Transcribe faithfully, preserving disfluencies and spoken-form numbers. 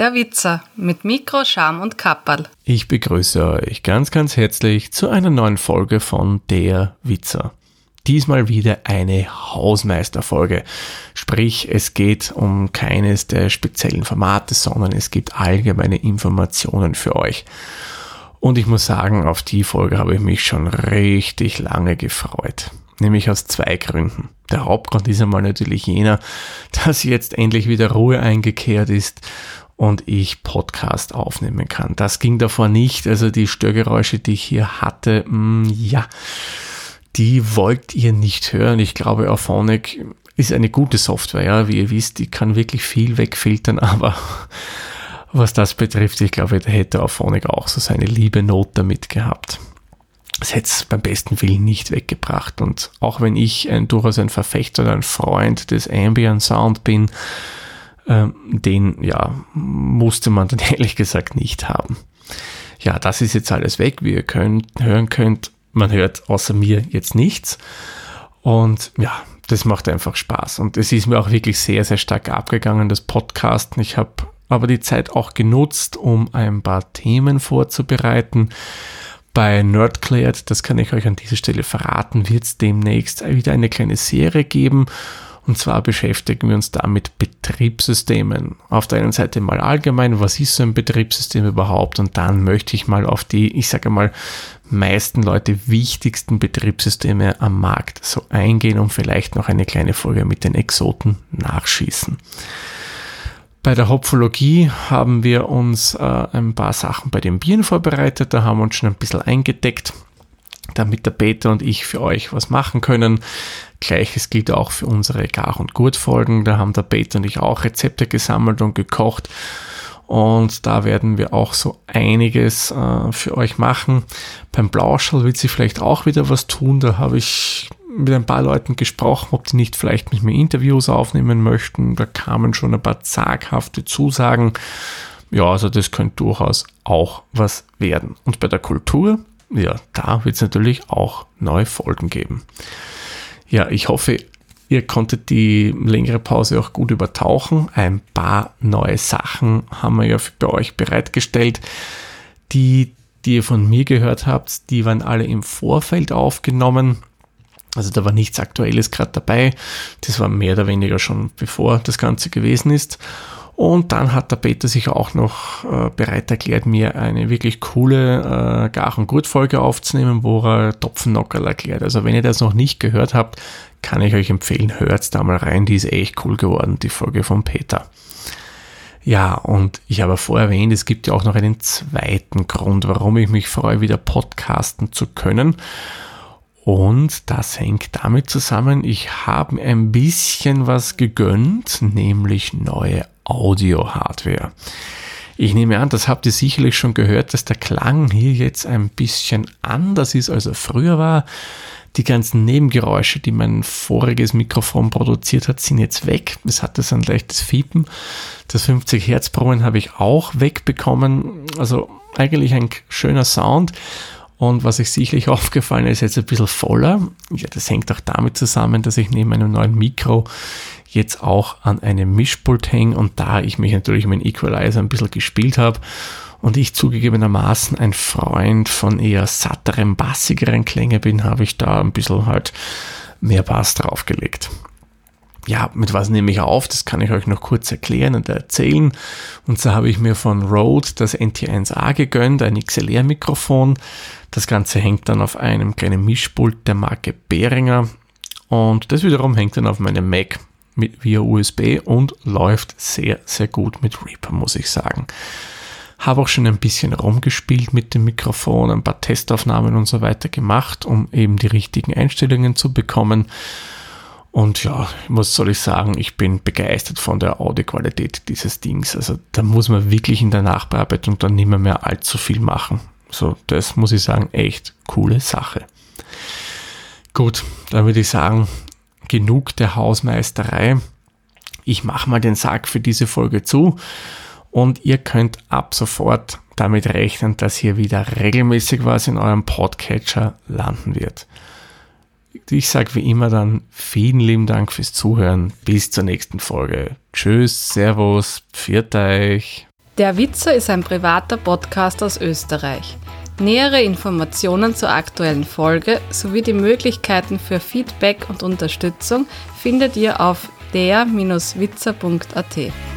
Der Witzer mit Mikro, Charme und Kapperl. Ich begrüße euch ganz, ganz herzlich zu einer neuen Folge von Der Witzer. Diesmal wieder eine Hausmeisterfolge. Sprich, es geht um keines der speziellen Formate, sondern es gibt allgemeine Informationen für euch. Und ich muss sagen, auf die Folge habe ich mich schon richtig lange gefreut. Nämlich aus zwei Gründen. Der Hauptgrund ist einmal natürlich jener, dass jetzt endlich wieder Ruhe eingekehrt ist und ich Podcast aufnehmen kann. Das ging davor nicht, also die Störgeräusche, die ich hier hatte, mh, ja, die wollt ihr nicht hören. Ich glaube, Auphonic ist eine gute Software, ja, wie ihr wisst, die kann wirklich viel wegfiltern, aber was das betrifft, ich glaube, da hätte Auphonic auch so seine liebe Not damit gehabt. Das hätte es beim besten Willen nicht weggebracht. Und auch wenn ich ein, durchaus ein Verfechter oder ein Freund des Ambient Sound bin, ähm, den ja musste man dann ehrlich gesagt nicht haben. Ja, das ist jetzt alles weg, wie ihr könnt, hören könnt. Man hört außer mir jetzt nichts. Und ja, das macht einfach Spaß. Und es ist mir auch wirklich sehr, sehr stark abgegangen, das Podcasten. Ich habe aber die Zeit auch genutzt, um ein paar Themen vorzubereiten. Bei Nerdclared, das kann ich euch an dieser Stelle verraten, wird es demnächst wieder eine kleine Serie geben. Und zwar beschäftigen wir uns da mit Betriebssystemen. Auf der einen Seite mal allgemein, was ist so ein Betriebssystem überhaupt? Und dann möchte ich mal auf die, ich sage mal, meisten Leute wichtigsten Betriebssysteme am Markt so eingehen und vielleicht noch eine kleine Folge mit den Exoten nachschießen. Bei der Hopfologie haben wir uns äh, ein paar Sachen bei den Bieren vorbereitet. Da haben wir uns schon ein bisschen eingedeckt, damit der Peter und ich für euch was machen können. Gleiches gilt auch für unsere Gar- und Gurt-Folgen. Da haben der Peter und ich auch Rezepte gesammelt und gekocht. Und da werden wir auch so einiges äh, für euch machen. Beim Blauschall wird sich vielleicht auch wieder was tun. Da habe ich mit ein paar Leuten gesprochen, ob die nicht vielleicht mit mir Interviews aufnehmen möchten. Da kamen schon ein paar zaghafte Zusagen. Ja, also das könnte durchaus auch was werden. Und bei der Kultur, ja, da wird es natürlich auch neue Folgen geben. Ja, ich hoffe, ihr konntet die längere Pause auch gut übertauchen. Ein paar neue Sachen haben wir ja bei euch bereitgestellt. Die, die ihr von mir gehört habt, die waren alle im Vorfeld aufgenommen. Also da war nichts Aktuelles gerade dabei. Das war mehr oder weniger schon bevor das Ganze gewesen ist. Und dann hat der Peter sich auch noch äh, bereit erklärt, mir eine wirklich coole äh, Gar- und Gurt-Folge aufzunehmen, wo er Topfennockerl erklärt. Also wenn ihr das noch nicht gehört habt, kann ich euch empfehlen, hört da mal rein. Die ist echt cool geworden, die Folge von Peter. Ja, und ich habe vorher erwähnt, es gibt ja auch noch einen zweiten Grund, warum ich mich freue, wieder podcasten zu können. Und das hängt damit zusammen, ich habe ein bisschen was gegönnt, nämlich neue Audio-Hardware. Ich nehme an, das habt ihr sicherlich schon gehört, dass der Klang hier jetzt ein bisschen anders ist, als er früher war. Die ganzen Nebengeräusche, die mein voriges Mikrofon produziert hat, sind jetzt weg. Es hatte so ein leichtes Fiepen. Das fünfzig Hertz Brummen habe ich auch wegbekommen. Also eigentlich ein schöner Sound. Und was euch sicherlich aufgefallen ist, jetzt ein bisschen voller. Ja, das hängt auch damit zusammen, dass ich neben einem neuen Mikro jetzt auch an einem Mischpult hänge und da ich mich natürlich mit dem Equalizer ein bisschen gespielt habe und ich zugegebenermaßen ein Freund von eher satteren, bassigeren Klänge bin, habe ich da ein bisschen halt mehr Bass draufgelegt. Ja, mit was nehme ich auf? Das kann ich euch noch kurz erklären und erzählen. Und so habe ich mir von Rode das N T eins A gegönnt, ein X L R-Mikrofon. Das Ganze hängt dann auf einem kleinen Mischpult der Marke Behringer. Und das wiederum hängt dann auf meinem Mac mit via U S B und läuft sehr, sehr gut mit Reaper, muss ich sagen. Habe auch schon ein bisschen rumgespielt mit dem Mikrofon, ein paar Testaufnahmen und so weiter gemacht, um eben die richtigen Einstellungen zu bekommen. Und ja, was soll ich sagen, ich bin begeistert von der Audioqualität dieses Dings. Also da muss man wirklich in der Nachbearbeitung dann nicht mehr, mehr allzu viel machen. So, das muss ich sagen, echt coole Sache. Gut, dann würde ich sagen, genug der Hausmeisterei. Ich mache mal den Sack für diese Folge zu und ihr könnt ab sofort damit rechnen, dass hier wieder regelmäßig was in eurem Podcatcher landen wird. Ich sage wie immer dann vielen lieben Dank fürs Zuhören. Bis zur nächsten Folge. Tschüss, Servus, pfiat euch. Der Witzer ist ein privater Podcast aus Österreich. Nähere Informationen zur aktuellen Folge sowie die Möglichkeiten für Feedback und Unterstützung findet ihr auf der Bindestrich witzer punkt at.